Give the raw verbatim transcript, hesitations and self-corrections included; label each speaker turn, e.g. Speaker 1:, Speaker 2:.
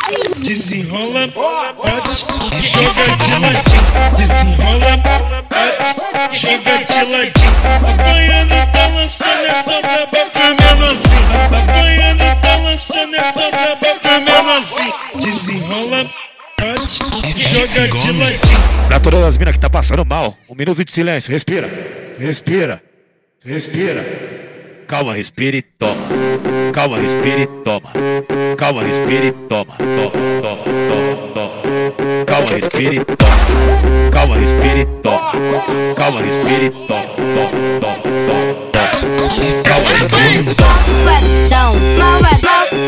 Speaker 1: Desenrola, bate, joga de ladinho. Desenrola, bate, joga de ladinho. Apanhando, tá lançando essa braba pra menorzinho. Apanhando, tá lançando essa braba pra menorzinho. Desenrola, bate, joga de ladinho.
Speaker 2: Pra todas as minas que tá passando mal, um minuto de silêncio, respira, respira, respira. Calma, respira e toma. Calma, respira e toma. Calma, respira e toma. Toma, toma, toma, toma. Calma, respira e toma. Calma, respira e toma. Calma, respira e toma. Toma, toma, toma, toma. Calma, respira e toma.
Speaker 3: Malvadão, malvadão.